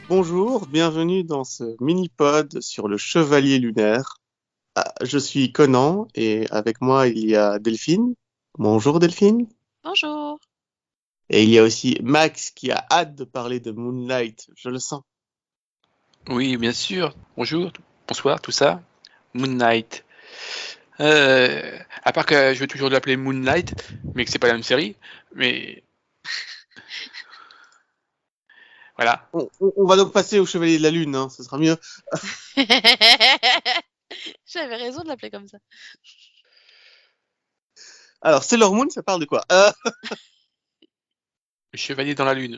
Bonjour, bienvenue dans ce mini-pod sur le Chevalier lunaire. Je suis Conan et avec moi il y a Delphine. Bonjour Delphine. Bonjour. Et il y a aussi Max qui a hâte de parler de Moonlight, je le sens. Oui, bien sûr. Bonjour, bonsoir, tout ça. Moon Knight. À part que je veux toujours l'appeler Moonlight, mais que c'est pas la même série. Mais voilà. On va donc passer au Chevalier de la Lune, hein, ce sera mieux. J'avais raison de l'appeler comme ça. Alors, Sailor Moon, ça parle de quoi Le Chevalier dans la Lune.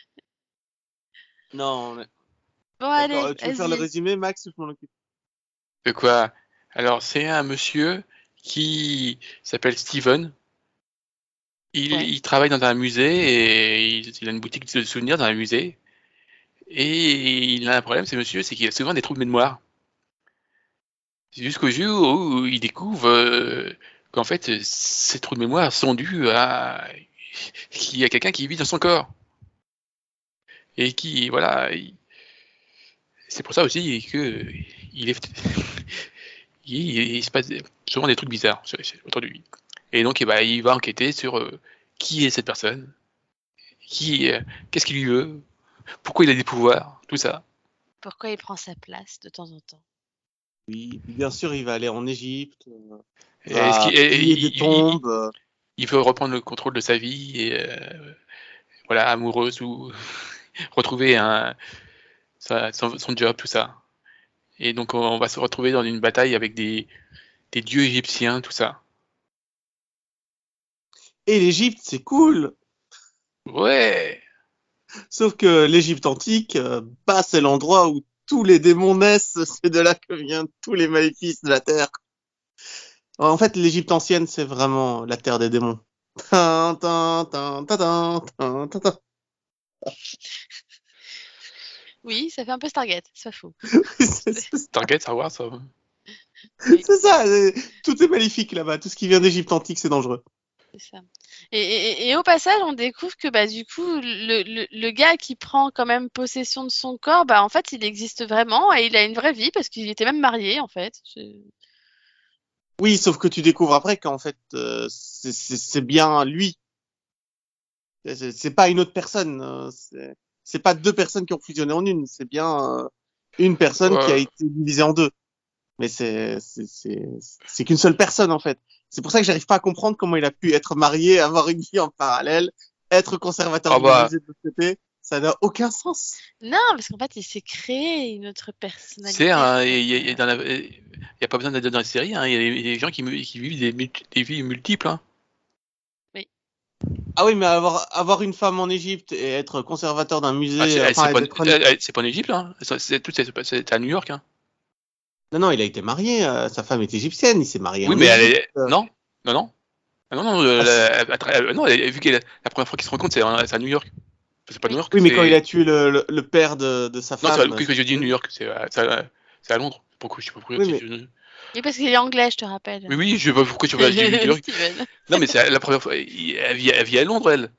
Non, mais... Bon, D'accord, allez, tu veux faire le vas-y. résumé, Max, ou je m'en occupe? De quoi? Alors, c'est un monsieur qui s'appelle Steven. Ouais. Il travaille dans un musée et il a une boutique de souvenirs dans un musée. Et il a un problème, ce monsieur, c'est qu'il a souvent des trous de mémoire. Jusqu'au jour où il découvre qu'en fait, ces trous de mémoire sont dus à qu'il y a quelqu'un qui vit dans son corps. Et qui, voilà, c'est pour ça aussi que il est, il se passe souvent des trucs bizarres autour de lui. Et donc, eh ben, il va enquêter sur qui est cette personne, qui, qu'est-ce qu'il lui veut, pourquoi il a des pouvoirs, tout ça. Pourquoi il prend sa place de temps en temps? Oui, bien sûr, il va aller en Égypte, Est-ce va qu'il, fouiller des tombes. il veut reprendre le contrôle de sa vie et voilà, amoureuse ou retrouver son job, tout ça. Et donc on va se retrouver dans une bataille avec des dieux égyptiens, tout ça. Et l'Égypte, c'est cool. Ouais. Sauf que l'Égypte antique, bah, c'est l'endroit où tous les démons naissent, c'est de là que viennent tous les maléfices de la Terre. En fait, l'Égypte ancienne, c'est vraiment la terre des démons. Tin, tin, tin, tin, tin, tin, tin, tin. Oui, ça fait un peu Stargate, c'est pas faux. Target, Star Wars, ça. Oui, C'est ça, tout est maléfique là-bas. Tout ce qui vient d'Égypte antique, c'est dangereux. c'est ça. Et au passage, on découvre que bah du coup, le gars qui prend quand même possession de son corps, bah en fait, il existe vraiment et il a une vraie vie parce qu'il était même marié en fait. Oui, sauf que tu découvres après qu'en fait, c'est bien lui. C'est pas une autre personne. C'est pas deux personnes qui ont fusionné en une. C'est bien une personne qui a Ouais. été divisée en deux. Mais c'est qu'une seule personne en fait. C'est pour ça que j'arrive pas à comprendre comment il a pu être marié, avoir une vie en parallèle, être conservateur Ah du bah, musée de l'autre côté. Ça n'a aucun sens. Non, parce qu'en fait, il s'est créé une autre c'est personnalité. un, Donc, il y a pas besoin d'être dans la série, hein. Il y a des gens qui vivent des vies multiples, hein. oui. Ah oui, mais avoir une femme en Égypte et être conservateur d'un Ah, musée, enfin d'être c'est pas en Égypte, hein. C'est à New York, hein. non non, il a été marié, sa femme est égyptienne, il s'est marié Oui, en mais Égypte. non, non, non. Ah non, non, Ah, non, vu que la première fois qu'ils se rencontrent, c'est à New York. Enfin, c'est pas New Oui. York, oui, mais quand il a c'est. tué le père de sa Non, femme, que c'est je dis en New Égypte. York, c'est à Londres. Pourquoi je sais pas pourquoi Oui, je mais dis. Oui, parce qu'il est anglais, je te rappelle. Oui, oui, je sais pas pourquoi tu vas dire New York. Steven. Non, mais c'est la première fois. Elle vit à Londres, elle.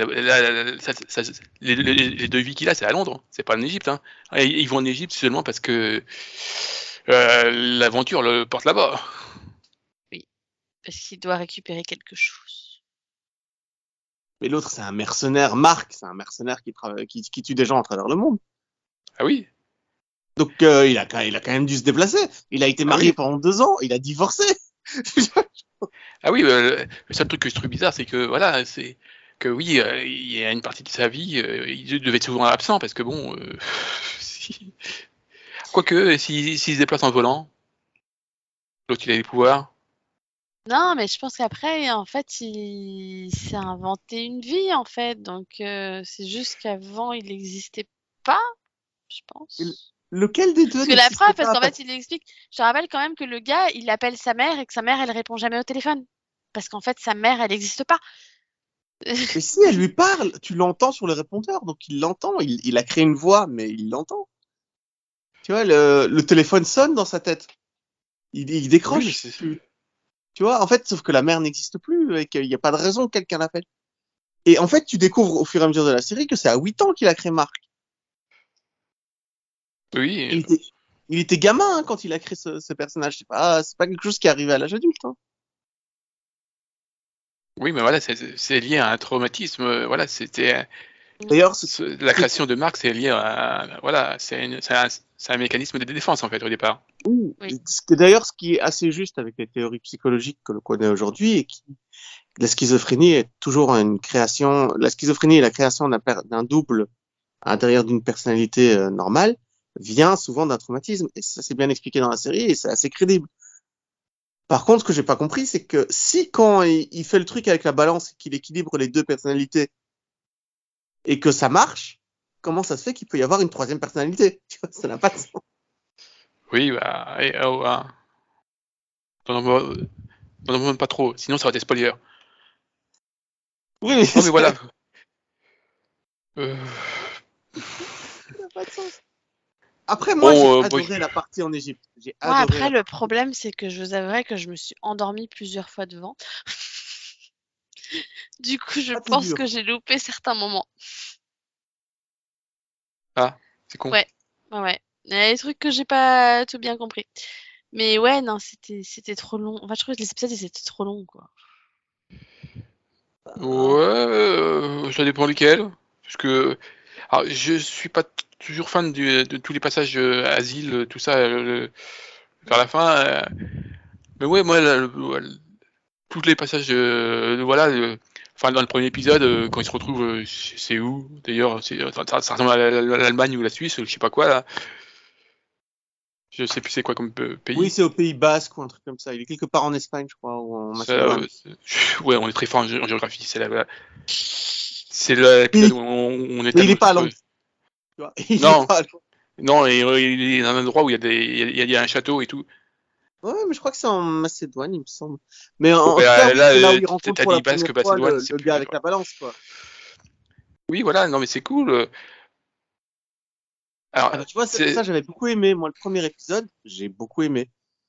Les deux vies qu'il a, c'est à Londres. C'est pas en Égypte, hein. Et ils vont en Égypte seulement parce que l'aventure le porte là-bas. Oui, parce qu'il doit récupérer quelque chose. mais l'autre, c'est un mercenaire. Marc, c'est un mercenaire qui tue des gens à travers le monde. Ah oui, Donc, il a quand même dû se déplacer. Il a été ah marié oui, pendant 2 ans. Il a divorcé. ah oui. Le seul truc que je trouve bizarre, c'est que voilà, c'est que oui, il y a une partie de sa vie, il devait être souvent absent parce que bon, quoique, s'il se déplace en volant, l'autre il a des pouvoirs. Non, mais je pense qu'après, en fait, il s'est inventé une vie, en fait. Donc, c'est juste qu'avant, il n'existait pas, je pense. Lequel des deux Parce que la n'existe preuve, parce pas? qu'en fait, il explique. Je te rappelle quand même que le gars, il appelle sa mère et que sa mère, elle répond jamais au téléphone. Parce qu'en fait, sa mère, elle n'existe pas. Mais si elle lui parle, tu l'entends sur le répondeur. Donc, il l'entend. Il a créé une voix, mais il l'entend. Tu vois, le téléphone sonne dans sa tête. Il Oui, décroche. Tu vois, en fait, sauf que la mère n'existe plus et qu'il n'y a pas de raison que quelqu'un l'appelle. Et en fait, tu découvres au fur et à mesure de la série que c'est à 8 ans qu'il a créé Marc. Oui, Il était gamin hein, quand il a créé ce personnage. C'est pas quelque chose qui est arrivé à l'âge adulte. Hein. oui, mais voilà, c'est lié à un traumatisme. Voilà, c'était D'ailleurs, la création de Marc, c'est lié à voilà, c'est un mécanisme de défense en fait au départ. Oui. D'ailleurs, ce qui est assez juste avec les théories psychologiques que l'on connaît aujourd'hui, et qui la schizophrénie est toujours une création. La schizophrénie est la création d'un double à l'intérieur d'une personnalité normale, vient souvent d'un traumatisme. Et ça, c'est bien expliqué dans la série et c'est assez crédible. Par contre, ce que j'ai pas compris, c'est que si quand il fait le truc avec la balance, qu'il équilibre les deux personnalités et que ça marche, comment ça se fait qu'il peut y avoir une troisième personnalité? Tu vois, ça n'a pas de sens. Oui, bah, t'en demandes pas trop, sinon ça aurait été spoiler. Oui, mais Non, mais voilà. Ça n'a pas de sens. Après, moi, j'ai adoré la partie en Égypte. Après, le problème, c'est que je vous avouerai que je me suis endormie plusieurs fois devant. Du coup, je pense que j'ai loupé certains moments. Ah, c'est con. Ouais. Il y a des trucs que j'ai pas tout bien compris. Mais ouais, non, c'était trop long. Enfin, je trouve que les épisodes, ils étaient trop longs, quoi. Ouais, ça dépend lesquels. Parce que alors, je suis pas toujours fan de tous les passages asile, tout ça, vers la fin. Mais ouais, moi, tous les passages, voilà, enfin dans le premier épisode, quand ils se retrouvent, c'est où d'ailleurs, ça ressemble à l'Allemagne ou la Suisse, je sais pas quoi là. Je sais plus c'est quoi comme pays. Oui, c'est au Pays Basque ou un truc comme ça. Il est quelque part en Espagne, je crois, ou en Macédoine. Ouais, on est très fort en géographie. C'est l'épisode où on est. Mais il est pas à Londres. Non. Non, et il est dans un endroit où il y a un château et tout. Ouais, mais je crois que c'est en Macédoine, il me semble. Mais en tout cas, là, c'est là où il rencontre pour la Basque, première fois Macédoine, le gars avec la balance, quoi. Oui, voilà, non mais c'est cool. Alors, tu vois, ça j'avais beaucoup aimé. Moi, le premier épisode, j'ai beaucoup aimé.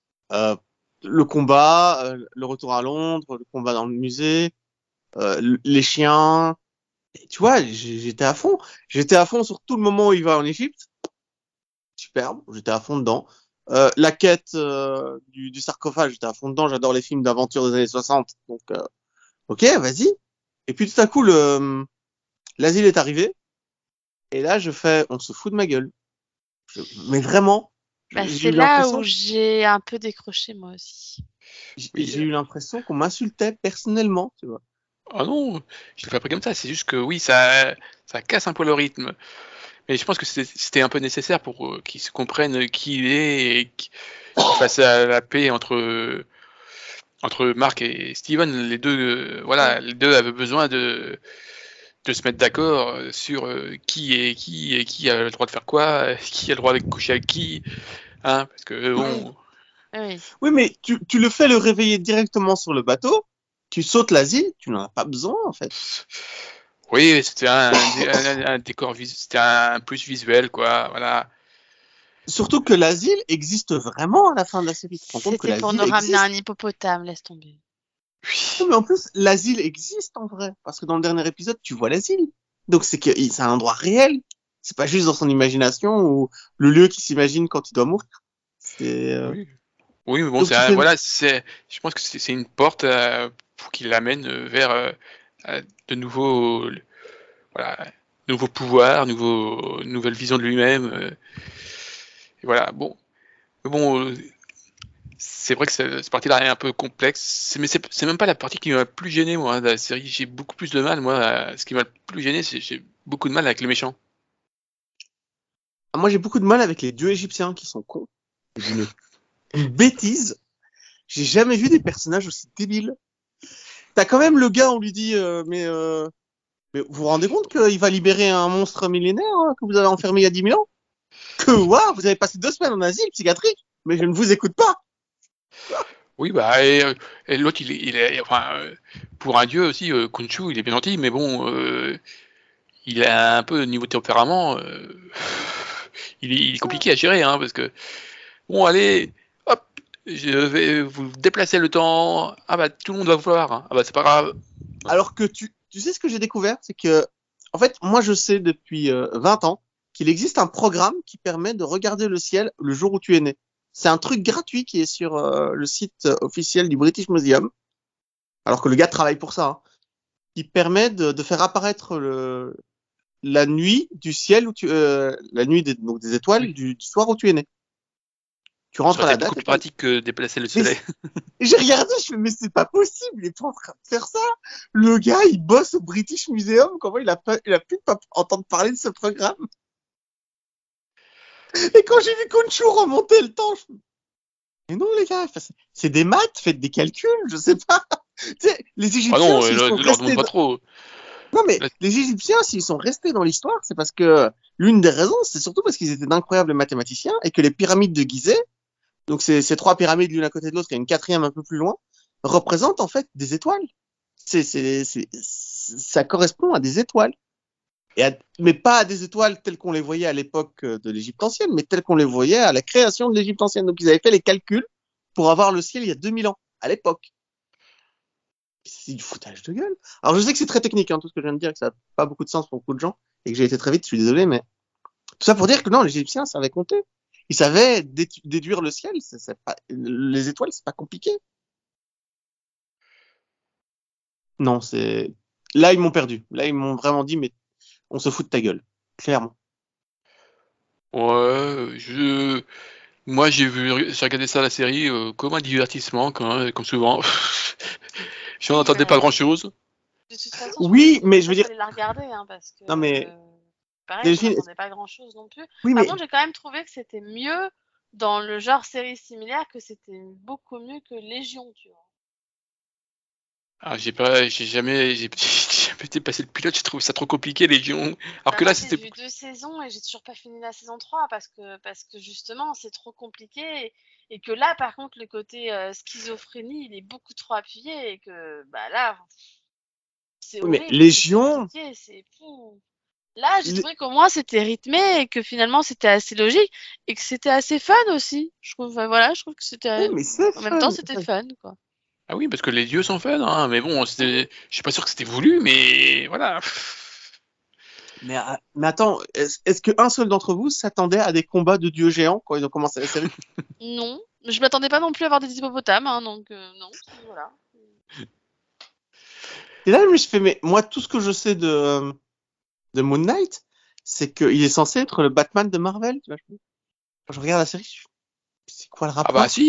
Le combat, le retour à Londres, le combat dans le musée, les chiens. Et tu vois, j'étais à fond. J'étais à fond sur tout le moment où il va en Égypte. Superbe, j'étais à fond dedans. La quête du sarcophage, j'étais à fond dedans. J'adore les films d'aventure des années 60. Donc, ok, vas-y. Et puis tout à coup, l'asile est arrivé. Et là, on se fout de ma gueule. Mais vraiment. C'est là où j'ai un peu décroché, moi aussi. J'ai eu l'impression qu'on m'insultait personnellement, tu vois. Ah non, je l'ai pas pris comme ça. C'est juste que oui, ça casse un peu le rythme. Mais je pense que c'était un peu nécessaire pour qu'ils se comprennent qui il est et qu'il fasse la paix entre Mark et Steven. Les deux, voilà, les deux avaient besoin de se mettre d'accord sur qui a le droit de faire quoi, qui a le droit de coucher avec qui, hein, parce que bon. Oui, mais tu le fais le réveiller directement sur le bateau, tu sautes l'asile, tu n'en as pas besoin en fait. Oui, c'était un décor c'était un plus visuel quoi, voilà. Surtout que l'asile existe vraiment à la fin de la série. C'était pour nous ramener un hippopotame, laisse tomber. Oui, mais en plus, l'asile existe en vrai. Parce que dans le dernier épisode, tu vois l'asile. Donc c'est un endroit réel. C'est pas juste dans son imagination ou le lieu qu'il s'imagine quand il doit mourir. Oui, mais bon, voilà, je pense que c'est une porte pour qu'il l'amène vers de nouveaux, voilà, nouveaux pouvoirs, nouvelle vision de lui-même. Et voilà, bon. Mais bon, c'est vrai que cette partie-là est un peu complexe, mais c'est même pas la partie qui m'a le plus gêné, moi, de la série. J'ai beaucoup plus de mal, moi. Ce qui m'a le plus gêné, c'est j'ai beaucoup de mal avec les méchants. Moi, j'ai beaucoup de mal avec les dieux égyptiens qui sont cons. Une bêtise. J'ai jamais vu des personnages aussi débiles. T'as quand même le gars, on lui dit, mais vous vous rendez compte qu'il va libérer un monstre millénaire hein, que vous avez enfermé il y a 10 000 ans? Que waouh, vous avez passé 2 semaines en asile psychiatrique, mais je ne vous écoute pas. Oui, bah, et l'autre, il est enfin, pour un dieu aussi, Khonshu, il est bien gentil, mais bon, il a un peu niveau tempérament, il est compliqué à gérer, hein, parce que, bon, allez, hop, je vais vous déplacer le temps, ah bah, tout le monde va vouloir, hein. Ah bah, c'est pas grave. Alors que tu sais ce que j'ai découvert, c'est que, en fait, moi, je sais depuis 20 ans qu'il existe un programme qui permet de regarder le ciel le jour où tu es né. C'est un truc gratuit qui est sur le site officiel du British Museum, alors que le gars travaille pour ça, hein, qui permet de faire apparaître la nuit du ciel, la nuit donc des étoiles Oui. du soir où tu es né. Tu Ça rentres à aurait la été date. beaucoup plus pratique que déplacer le Mais soleil. j'ai regardé, je fais, mais c'est pas possible, il est pas en train de faire ça. Le gars, il bosse au British Museum, comment il a pu pas entendre parler de ce programme? Et quand j'ai vu Khonshu remonter le temps, je me mais non, les gars, c'est des maths, faites des calculs, je sais pas. Tu sais, les Ah Égyptiens, non, s'ils sont leur demande restés pas trop. non, mais Là, les Égyptiens, s'ils sont restés dans l'histoire, c'est parce que l'une des raisons, c'est surtout parce qu'ils étaient d'incroyables mathématiciens et que les pyramides de Gizeh, donc ces trois pyramides l'une à côté de l'autre et une quatrième un peu plus loin, représentent en fait des étoiles. Ça correspond à des étoiles. Mais pas à des étoiles telles qu'on les voyait à l'époque de l'Égypte ancienne, mais telles qu'on les voyait à la création de l'Égypte ancienne. Donc ils avaient fait les calculs pour avoir le ciel il y a 2000 ans, à l'époque. C'est du foutage de gueule. Alors je sais que c'est très technique, hein, tout ce que je viens de dire, que ça n'a pas beaucoup de sens pour beaucoup de gens, et que j'ai été très vite, je suis désolé, mais tout ça pour dire que non, les Égyptiens savaient compter. Ils savaient déduire le ciel. Les étoiles, c'est pas compliqué. Non, c'est là ils m'ont perdu. Là ils m'ont vraiment dit, mais on se fout de ta gueule, clairement. ouais, moi j'ai regardé ça la série comme un divertissement, comme souvent. J'en Oui, entendais pas mais grand-chose. de toute façon, je pense que Oui, c'est mais pour je ça veux qu'il dire, fallait la regarder, hein, parce que non mais pareil, j'en Delphine, attendais pas grand-chose non plus. oui, Par mais contre, j'ai quand même trouvé que c'était mieux dans le genre série similaire, que c'était beaucoup mieux que Légion, tu vois. Ah, j'ai jamais dépassé le pilote, j'ai trouvé ça trop compliqué, Légion. Alors Bah, que moi, là, j'ai c'était. vu 2 saisons et j'ai toujours pas fini la saison 3 parce que justement, c'est trop compliqué et que là, par contre, le côté schizophrénie, il est beaucoup trop appuyé et que bah là, c'est oui, mais horrible, c'est Légion, compliqué, c'est fou. Là, j'ai trouvé qu'au moins c'était rythmé et que finalement c'était assez logique et que c'était assez fun aussi. Je trouve, enfin, voilà, je trouve que oui, c'était, mais c'est en même temps, fun. c'était fun, quoi. Ah oui, parce que les dieux sont fun, hein, mais bon, je suis pas sûr que c'était voulu, mais voilà. Mais attends, est-ce qu'un seul d'entre vous s'attendait à des combats de dieux géants quand ils ont commencé la série? Non, je m'attendais pas non plus à avoir des hippopotames, hein, donc non, voilà. Et là, je fais, mais moi, tout ce que je sais de Moon Knight, c'est qu'il est censé être le Batman de Marvel. Tu vois, quand je regarde la série, c'est quoi le Ah bah rapport? si,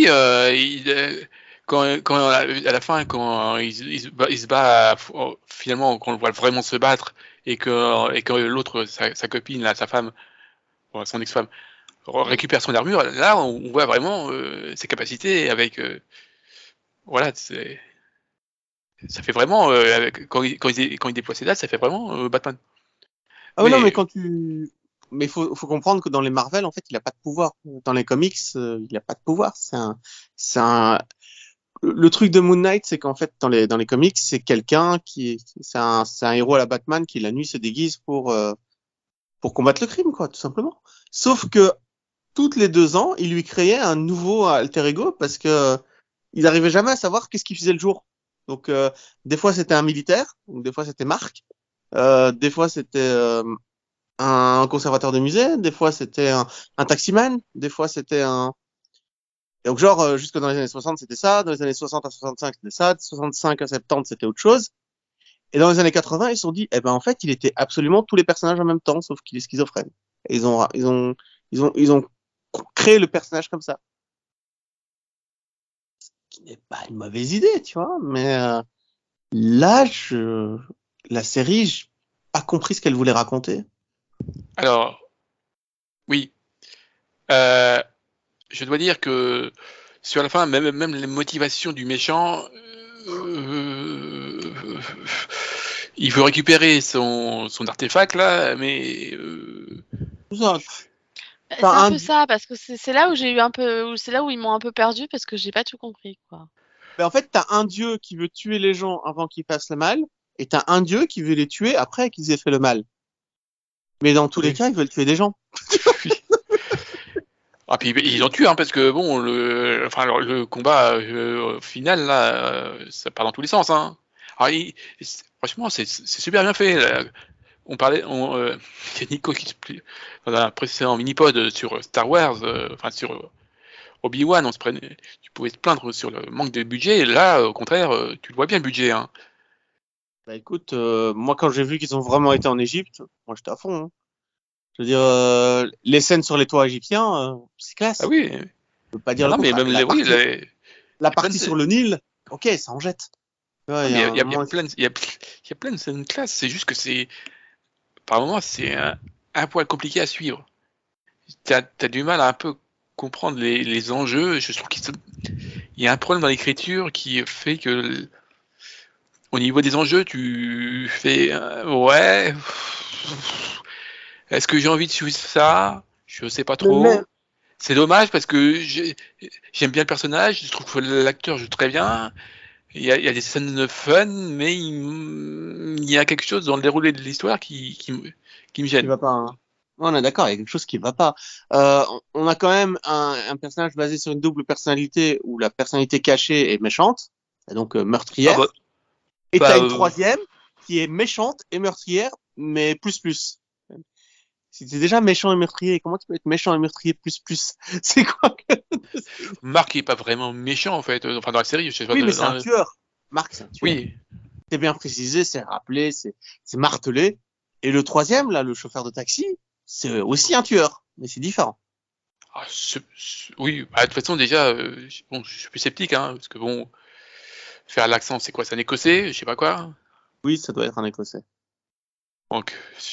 à la fin, quand il se bat, finalement, quand on le voit vraiment se battre, et que l'autre, sa copine, là, sa femme, bon, son ex-femme, Mm. récupère son armure, là, on voit vraiment ses capacités avec, voilà, ça fait vraiment, quand il déploie ses dates, ça fait vraiment Batman. Ah oui, non, mais Mais mais faut comprendre que dans les Marvel, en fait, il a pas de pouvoir. Dans les comics, il a pas de pouvoir. C'est un, le truc de Moon Knight, c'est qu'en fait, dans les comics, c'est quelqu'un c'est un héros à la Batman qui la nuit se déguise pour combattre le crime, quoi, tout simplement. Sauf que toutes les 2 ans, il lui créait un nouveau alter ego parce que ils arrivaient jamais à savoir qu'est-ce qu'il faisait le jour. Donc, des fois c'était un militaire, donc des fois c'était Marc, des fois c'était un conservateur de musée, des fois c'était un taximan, des fois c'était un donc genre jusque dans les années 60 c'était ça, dans les années 60 à 65 c'était ça, de 65 à 70 c'était autre chose. Et dans les années 80 ils se sont dit eh ben en fait il était absolument tous les personnages en même temps sauf qu'il est schizophrène. Et ils ont créé le personnage comme ça. Qui n'est pas une mauvaise idée, tu vois, mais là la série j'ai pas compris ce qu'elle voulait raconter. alors, oui, euh, je dois dire que sur la fin, même les motivations du méchant, il veut récupérer son artefact là, mais Ça, Bah, c'est t'as un un peu ça, parce que c'est là où j'ai eu un peu, c'est là où ils m'ont un peu perdu parce que j'ai pas tout compris, quoi. Mais en fait, t'as un dieu qui veut tuer les gens avant qu'ils fassent le mal, et t'as un dieu qui veut les tuer après qu'ils aient fait le mal. Mais dans tous les oui. cas, ils veulent tuer des gens. Ah puis ils ont tué hein, parce que bon le combat final là ça part dans tous les sens hein. Alors, franchement c'est super bien fait là. il y a Nico qui dans un précédent mini-pod sur Star Wars, enfin sur Obi-Wan, tu pouvais te plaindre sur le manque de budget. Et là, au contraire, tu le vois bien le budget. Hein. Bah écoute, moi quand j'ai vu qu'ils ont vraiment été en Égypte, moi j'étais à fond. Hein. Je veux dire, les scènes sur les toits égyptiens, c'est classe. Ah oui. Je peux pas dire Non, le mais contraire. même La partie sur le Nil, ok, ça en jette. Il y a plein de scènes classe. C'est juste que par moments, c'est un poil compliqué à suivre. T'as du mal à un peu comprendre les enjeux. Je trouve qu'il y a un problème dans l'écriture qui fait que au niveau des enjeux, tu fais ouais. Est-ce que j'ai envie de suivre ça? Je sais pas trop. C'est dommage parce que j'aime bien le personnage. Je trouve que l'acteur joue très bien. Il y a des scènes de fun, mais il y a quelque chose dans le déroulé de l'histoire qui me gêne. Qui va pas. Hein. On est d'accord, il y a quelque chose qui va pas. On a quand même un personnage basé sur une double personnalité où la personnalité cachée est méchante, et donc meurtrière. Ah bah, et t'as une troisième qui est méchante et meurtrière, mais plus. Si t'es déjà méchant et meurtrier, comment tu peux être méchant et meurtrier plus? C'est quoi que... Marc est pas vraiment méchant en fait, enfin dans la série, je sais pas. Oui, mais c'est un tueur. Marc, c'est un tueur. Oui. C'est bien précisé, c'est rappelé, c'est martelé. Et le troisième, là, le chauffeur de taxi, c'est aussi un tueur, mais c'est différent. Ah, oui, bah, de toute façon déjà, bon, je suis plus sceptique, hein, parce que bon, faire l'accent, c'est quoi, c'est un Écossais, je sais pas quoi. Oui, ça doit être un Écossais. Donc,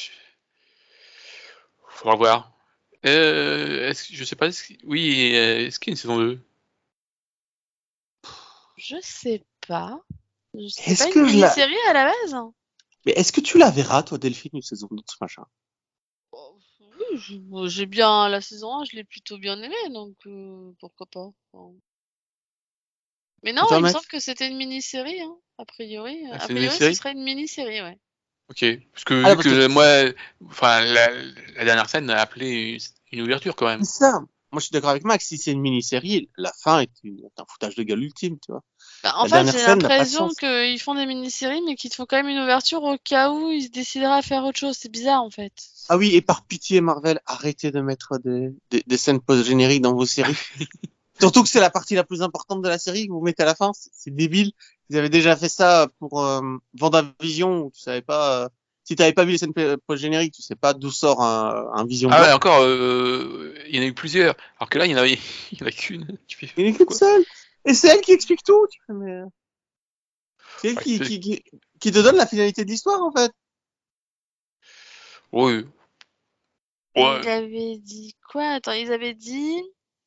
faudra voir. Je sais pas, oui, est-ce qu'il y a une saison 2? Je sais pas. C'est pas une mini-série à la base? Mais est-ce que tu la verras, toi, Delphine, une saison 2 de ce machin? Oui, j'ai bien la saison 1, je l'ai plutôt bien aimée, donc pourquoi pas. Enfin... Mais non, il me semble que c'était une mini-série, hein, a priori. A priori, ce serait une mini-série, ouais. Ok, parce que vu que moi, enfin, la dernière scène a appelé une ouverture quand même. C'est ça. Moi, je suis d'accord avec Max. Si c'est une mini-série, la fin est un foutage de gueule ultime, tu vois. Bah, en fait, j'ai l'impression qu'ils font des mini-séries, mais qu'ils te font quand même une ouverture au cas où ils se décideraient à faire autre chose. C'est bizarre, en fait. Ah oui, et par pitié, Marvel, arrêtez de mettre des scènes post-génériques dans vos séries. Surtout que c'est la partie la plus importante de la série que vous mettez à la fin. C'est débile. Vous avez déjà fait ça pour Vendavision, où tu savais pas... si t'avais pas vu les scènes post-génériques, tu sais pas d'où sort un Vision. Ah ouais, encore, il y en a eu plusieurs. Alors que là, il y en a qu'une. Il y en a qu'une seule. Et c'est elle qui explique tout. C'est elle qui te donne la finalité de l'histoire, en fait. Oui. Ouais. Ils avaient dit quoi? Attends, ils avaient dit...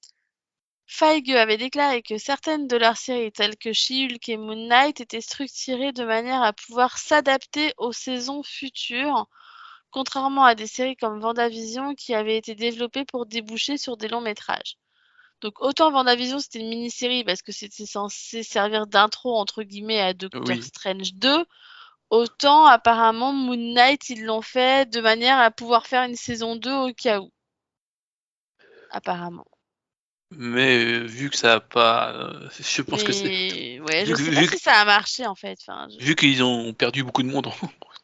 Feige avait déclaré que certaines de leurs séries, telles que She-Hulk et Moon Knight, étaient structurées de manière à pouvoir s'adapter aux saisons futures, contrairement à des séries comme WandaVision qui avaient été développées pour déboucher sur des longs métrages. Donc autant WandaVision c'était une mini-série parce que c'était censé servir d'intro entre guillemets à Doctor Strange 2, autant apparemment Moon Knight ils l'ont fait de manière à pouvoir faire une saison 2 au cas où. Apparemment. Mais vu que ça a pas, je pense que c'est. Ouais, je sais pas si ça a marché en fait. Enfin, Vu qu'ils ont perdu beaucoup de monde.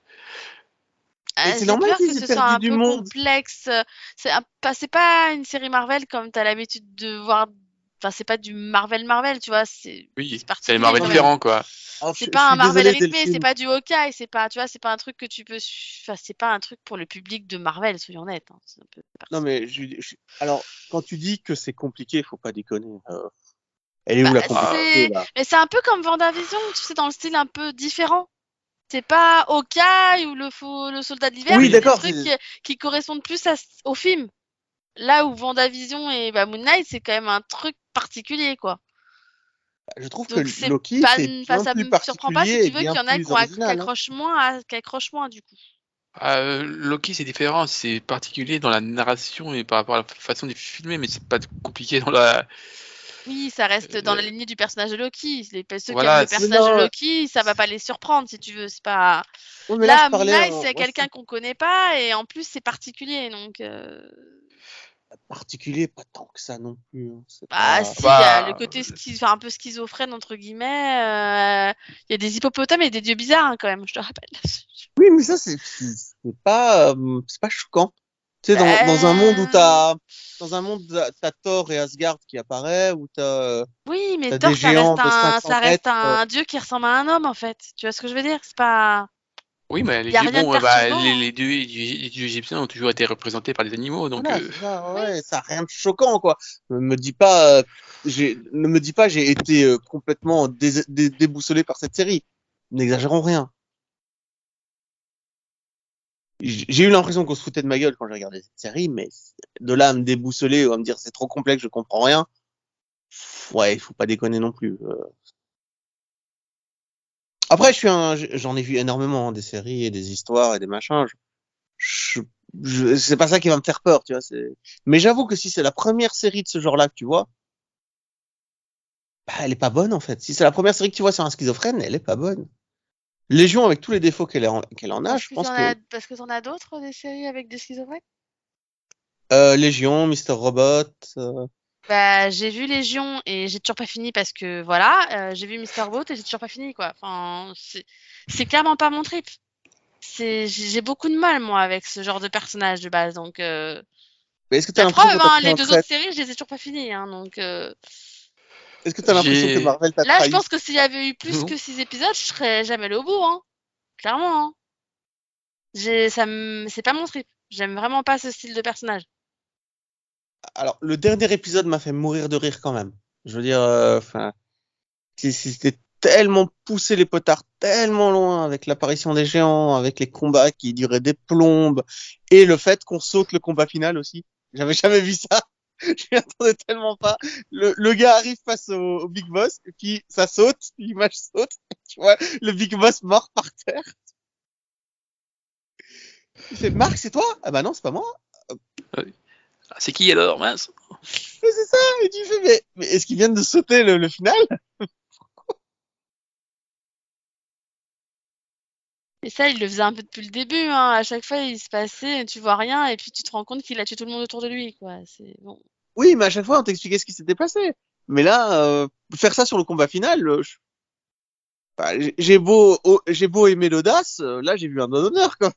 C'est normal que ce soit un peu complexe. C'est pas une série Marvel comme t'as l'habitude de voir. Enfin, c'est pas du Marvel, tu vois. C'est les Marvel différents, quoi. C'est pas un Marvel rythmé, c'est pas du Hawkeye, c'est pas un truc que tu peux. Enfin, c'est pas un truc pour le public de Marvel, soyons honnêtes. Hein. Non, mais alors, quand tu dis que c'est compliqué, faut pas déconner. Elle est où la complexité là? Mais c'est un peu comme Vendavision, tu sais, dans le style un peu différent. C'est pas Hawkeye ou le soldat de l'hiver, c'est des trucs qui correspondent plus au film. Là où Vendavision et Moon Knight, c'est quand même un truc particulier, quoi. Je trouve que Loki, c'est bien ça plus me surprend pas si tu veux qu'il y en a qui accrochent moins du coup. Loki, c'est différent, c'est particulier dans la narration et par rapport à la façon de filmer, mais c'est pas compliqué dans la. Oui, ça reste dans la lignée du personnage de Loki. Ceux qui aiment le personnage de Loki, ça va pas les surprendre si tu veux. C'est pas. Là, Moon Knight, c'est quelqu'un qu'on connaît pas et en plus c'est particulier, donc. Particulier, pas tant que ça non plus. Hein. Si, il y a le côté un peu schizophrène entre guillemets. Il y a des hippopotames et des dieux bizarres hein, quand même, je te rappelle. Oui, mais ça c'est c'est pas choquant. Tu sais, dans un monde où dans un monde où t'as Thor et Asgard qui apparaît, où Oui, mais t'as des Thor, géants de 500 ça reste mètres. un dieu qui ressemble à un homme, en fait. Tu vois ce que je veux dire? C'est pas, Oui, mais il y a rien de perturbant, hein. les dieux égyptiens ont toujours été représentés par des animaux, donc Voilà, c'est ça, Oui. ouais, ça a rien de choquant, quoi. Ne me dis pas, j'ai été complètement déboussolé par cette série. N'exagérons rien. J'ai eu l'impression qu'on se foutait de ma gueule quand j'ai regardé cette série, mais de là à me déboussoler ou à me dire c'est trop complexe, je comprends rien. Ouais, il faut pas déconner non plus. Après, j'en ai vu énormément, hein, des séries et des histoires et des machins. Je, c'est pas ça qui va me faire peur, tu vois. Mais j'avoue que si c'est la première série de ce genre-là que tu vois, bah, elle est pas bonne en fait. Si c'est la première série que tu vois sur un schizophrène, elle est pas bonne. Légion, avec tous les défauts qu'elle en a, je pense que Parce que t'en as d'autres, des séries avec des schizophrènes? Légion, Mister Robot, Bah, j'ai vu Légion et j'ai toujours pas fini parce que voilà, j'ai vu Mister Boat et j'ai toujours pas fini, quoi. Enfin, c'est clairement pas mon trip. J'ai beaucoup de mal, moi, avec ce genre de personnage de base, donc mais est-ce que tu as la l'impression qu'on preuve, t'a hein, pris les en 2 autres traite? séries, je les ai toujours pas finies, hein, donc Est-ce que tu as l'impression que j'ai Marvel t'a là, je trahi? pense que s'il y avait eu plus non. que 6 épisodes, je serais jamais allée au bout, hein, clairement, hein. C'est pas mon trip. J'aime vraiment pas ce style de personnage. Alors, le dernier épisode m'a fait mourir de rire quand même. Je veux dire, enfin, c'était tellement poussé les potards tellement loin avec l'apparition des géants, avec les combats qui duraient des plombes et le fait qu'on saute le combat final aussi. J'avais jamais vu ça. Je m'y attendais tellement pas. Le gars arrive face au Big Boss et puis ça saute, l'image saute. Tu vois, le Big Boss mort par terre. Il fait Marc, c'est toi? Ah bah non, c'est pas moi. Ah, c'est qui alors, mince? Mais c'est ça. Et tu fais mais est-ce qu'ils viennent de sauter le final? Et ça, il le faisait un peu depuis le début, hein. À chaque fois, il se passait, tu vois rien, et puis tu te rends compte qu'il a tué tout le monde autour de lui, quoi. C'est bon. Oui, mais à chaque fois on t'expliquait ce qui s'était passé. Mais là, faire ça sur le combat final, bah, j'ai beau aimer l'audace, là j'ai vu un doigt d'honneur quoi.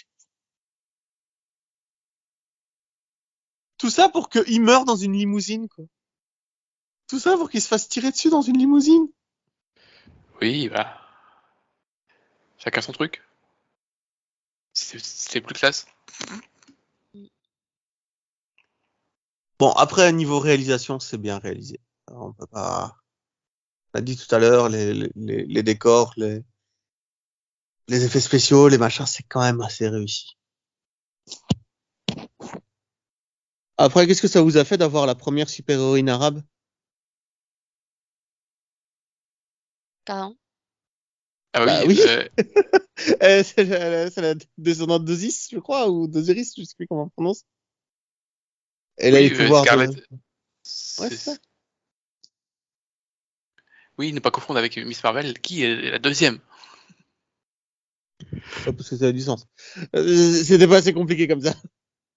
Tout ça pour qu'il meure dans une limousine quoi. Tout ça pour qu'il se fasse tirer dessus dans une limousine. Oui, bah, chacun son truc. C'est plus classe. Bon, après niveau réalisation, c'est bien réalisé. On peut pas. On l'a dit tout à l'heure, les décors, les effets spéciaux, les machins, c'est quand même assez réussi. Après, qu'est-ce que ça vous a fait d'avoir la première super-héroïne arabe? Pardon? Ah Bah oui, oui, c'est la descendante d'Osiris, je crois, ou d'Osiris, je sais plus comment on prononce. Elle a les oui, pouvoirs Scarlett. de. Ouais, c'est ça. Oui, ne pas confondre avec Miss Marvel, qui est la deuxième. Ouais, parce que ça a du sens. C'était pas assez compliqué comme ça.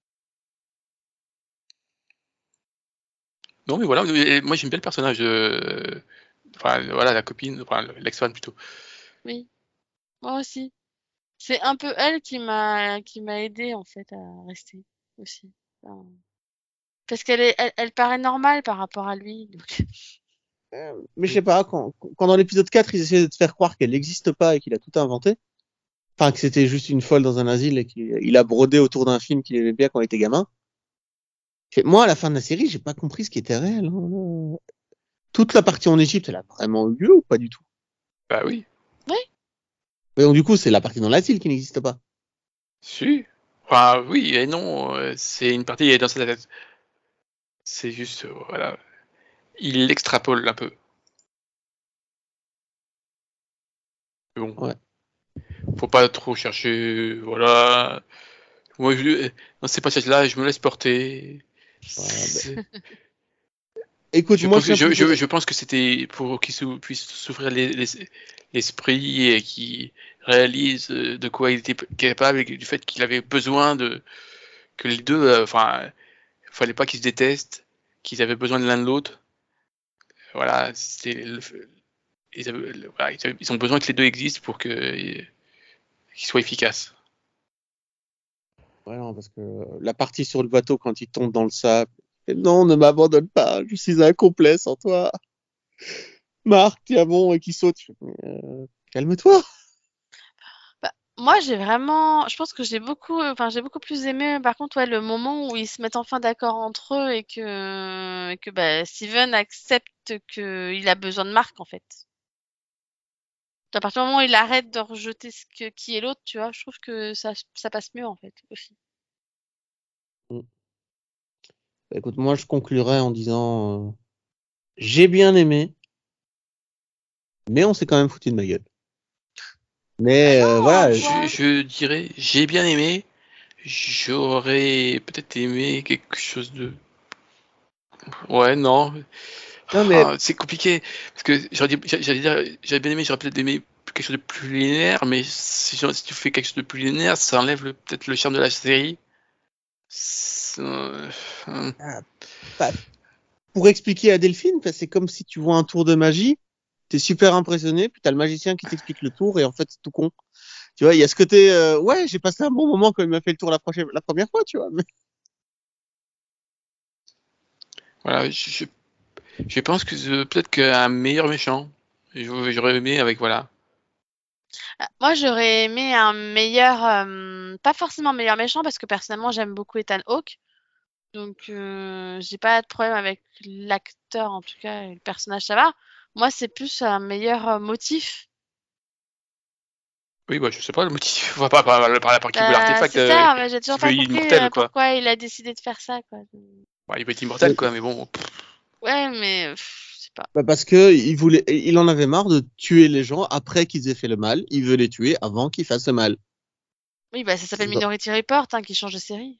Non, mais voilà, moi j'aime bien le personnage de. Enfin, voilà, la copine, enfin, l'ex-fan plutôt. Oui, moi aussi. C'est un peu elle qui m'a aidé en fait à rester aussi. Enfin, parce elle paraît normale par rapport à lui. Donc. Mais je sais Oui. pas, quand dans l'épisode 4, ils essaient de te faire croire qu'elle n'existe pas et qu'il a tout inventé, enfin que c'était juste une folle dans un asile et qu'il a brodé autour d'un film qu'il aimait bien quand il était gamin. Moi, à la fin de la série, j'ai pas compris ce qui était réel, hein. Toute la partie en Égypte, elle a vraiment eu lieu ou pas du tout? Bah oui, Oui, Et donc, du coup, c'est la partie dans l'asile qui n'existe pas. si. Enfin, oui et non, c'est une partie dans sa tête. C'est juste, voilà, il l'extrapole un peu. Mais bon, Ouais. faut pas trop chercher, voilà. Moi, dans ces passages-là, je me laisse porter. Ouais, bah, écoute, moi, Je pense que c'était pour qu'il puisse s'ouvrir l'esprit et qu'il réalise de quoi il était capable et du fait qu'il avait besoin de que les deux, enfin, fallait pas qu'ils se détestent, qu'ils avaient besoin de l'un de l'autre. Voilà, voilà, ils ont besoin que les deux existent pour qu'ils soient efficaces. Ouais, non, parce que la partie sur le bateau quand il tombe dans le sable. Et non, ne m'abandonne pas, je suis incomplet sans toi. Marc, tiens bon, et qui saute. Calme-toi. Bah, moi, je pense que j'ai beaucoup plus aimé, par contre, ouais, le moment où ils se mettent enfin d'accord entre eux et que bah, Steven accepte qu'il a besoin de Marc, en fait. À partir du moment où il arrête de rejeter qui est l'autre, tu vois, je trouve que ça passe mieux, en fait, aussi. Mm. Écoute, moi, je conclurai en disant, j'ai bien aimé, mais on s'est quand même foutu de ma gueule. Bah Mais non, voilà, quoi. Je dirais, j'ai bien aimé. J'aurais peut-être aimé quelque chose de. Ouais, non. non mais Ah, c'est compliqué. Parce que j'allais dire, j'avais bien aimé, j'aurais peut-être aimé quelque chose de plus linéaire, mais si tu fais quelque chose de plus linéaire, ça enlève peut-être le charme de la série. C'est- euh, ah, pas- pour expliquer à Delphine, c'est comme si tu vois un tour de magie, t'es super impressionné, puis t'as le magicien qui t'explique le tour, et en fait, c'est tout con. Tu vois, il y a ce côté, ouais, j'ai passé un bon moment quand il m'a fait le tour la première fois, tu vois. Mais... voilà, je pense que peut-être qu'un meilleur méchant. J'aurais aimé avec, voilà. Ah, moi, j'aurais aimé un meilleur, pas forcément meilleur méchant, parce que personnellement, j'aime beaucoup Ethan Hawke. Donc, j'ai pas de problème avec l'acteur, en tout cas, et le personnage, ça va. Moi, c'est plus un meilleur motif. Oui, bah, je sais pas le motif. Enfin, pas par la part qui veut Bah, l'artefact, c'est ça, mais j'ai toujours qui veut pas être compris immortel, quoi. pourquoi il a décidé de faire ça, quoi. Bah, il veut être immortel, Ouais, quoi, mais bon. Ouais, mais je sais pas. bah parce que il en avait marre de tuer les gens après qu'ils aient fait le mal. Il veut les tuer avant qu'ils fassent le mal. Oui, bah, ça s'appelle C'est ça. Minority Report, hein, qui change de série.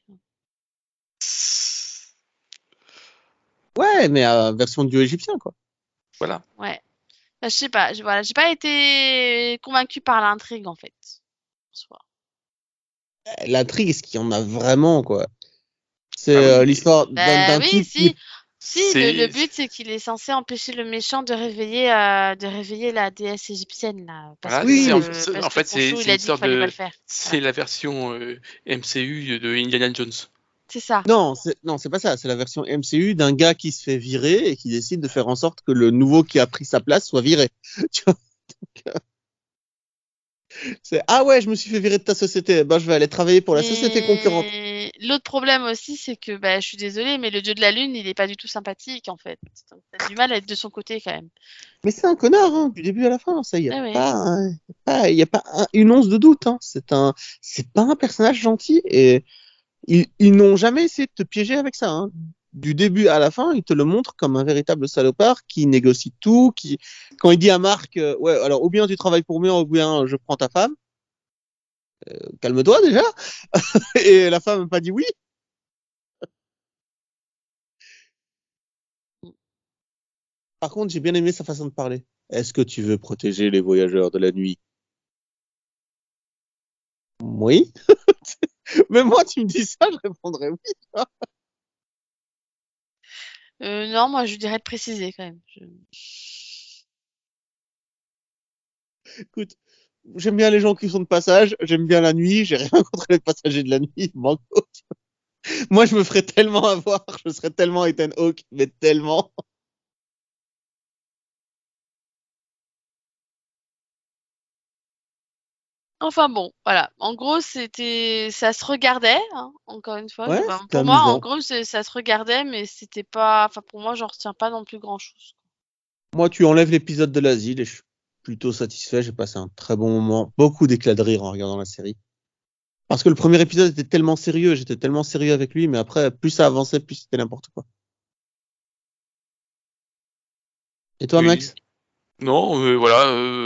Ouais, mais version dieu égyptien, quoi. Voilà. Ouais. Bah, je sais pas, voilà, j'ai pas été convaincue par l'intrigue, en fait. En soi. L'intrigue, est-ce qu'il y en a vraiment, quoi? C'est Bah oui, l'histoire Bah d'un oui, type qui... si, le c'est but c'est qu'il est censé empêcher le méchant de réveiller la déesse égyptienne là, voilà, Oui, mais en parce que fait Khonshu il c'est a une dit qu'il sorte fallait pas de le faire. c'est Voilà, la version MCU de Indiana Jones. c'est ça. non, c'est pas ça. C'est la version MCU d'un gars qui se fait virer et qui décide de faire en sorte que le nouveau qui a pris sa place soit viré. Tu vois, c'est ah ouais, je me suis fait virer de ta société. Ben, je vais aller travailler pour la société concurrente. Mais l'autre problème aussi c'est que bah je suis désolée mais le dieu de la lune il est pas du tout sympathique en fait. Donc t'as du mal à être de son côté quand même. Mais c'est un connard, hein, du début à la fin. Ça, il y a Ah ouais. pas, y a pas une once de doute. Hein. C'est pas un personnage gentil et ils n'ont jamais essayé de te piéger avec ça. Hein. Du début à la fin, ils te le montrent comme un véritable salopard qui négocie tout, qui, quand il dit à Marc, ouais, alors ou bien tu travailles pour moi, ou bien je prends ta femme. Calme-toi déjà. Et la femme n'a pas dit oui. Par contre, j'ai bien aimé sa façon de parler. Est-ce que tu veux protéger les voyageurs de la nuit? Oui. Mais moi, tu me dis ça, je répondrais oui. Non, moi je dirais de préciser quand même. Écoute, j'aime bien les gens qui sont de passage, j'aime bien la nuit, j'ai rien contre les passagers de la nuit. Banco. Moi, je me ferais tellement avoir, je serais tellement Ethan Hawke, mais tellement. Enfin bon, voilà. En gros, ça se regardait, hein, encore une fois. Ouais, Ben, c'était pour moi, en amusant. gros, ça se regardait, mais c'était pas, enfin, pour moi, j'en retiens pas non plus grand-chose. Moi, tu enlèves l'épisode de l'asile et je suis plutôt satisfait. J'ai passé un très bon moment, beaucoup d'éclats de rire en regardant la série. Parce que le premier épisode était tellement sérieux, j'étais tellement sérieux avec lui, mais après, plus ça avançait, plus c'était n'importe quoi. Et toi, Oui. Max? Non, voilà.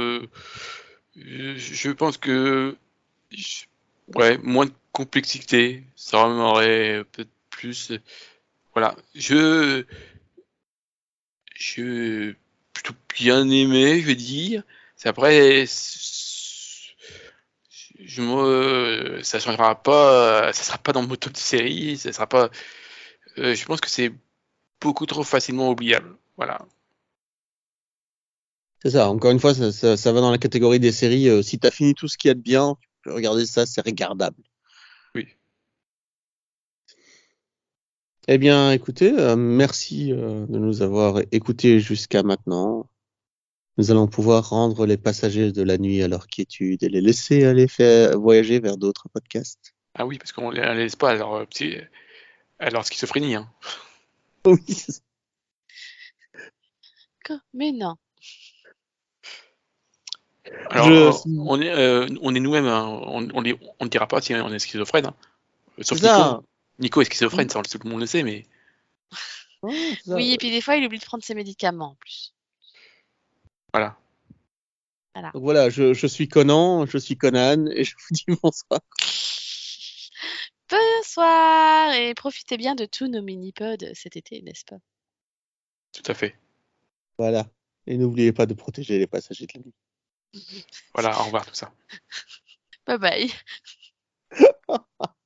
Je pense que je- ouais, moins de complexité, ça m'aurait peut-être plus. Voilà, je plutôt bien aimé, je vais dire. C'est après, ça changera pas, ça sera pas dans mon top de série, ça sera pas. Je pense que c'est beaucoup trop facilement oubliable. Voilà. C'est ça, encore une fois, ça va dans la catégorie des séries. Si t'as fini tout ce qu'il y a de bien, tu peux regarder ça, c'est regardable. Oui. Eh bien, écoutez, merci de nous avoir écoutés jusqu'à maintenant. Nous allons pouvoir rendre les passagers de la nuit à leur quiétude et les laisser aller faire voyager vers d'autres podcasts. Ah oui, parce qu'on les laisse pas à leur schizophrénie. Hein. Oui, c'est ça. Mais non. Je Alors, suis... on est nous-mêmes, hein. On ne dira pas si on est schizophrène. Hein. C'est Sauf Nico. ça. Nico est schizophrène, ça, tout le monde le sait, mais Ouais, c'est ça. Oui, et puis des fois, il oublie de prendre ses médicaments en plus. voilà. Voilà. Donc voilà, je suis Conan, je suis Conan, et je vous dis bonsoir. Bonsoir et profitez bien de tous nos mini-pods cet été, n'est-ce pas? Tout à fait. Voilà. Et n'oubliez pas de protéger les passagers de la nuit. Voilà, au revoir tout ça. Bye bye.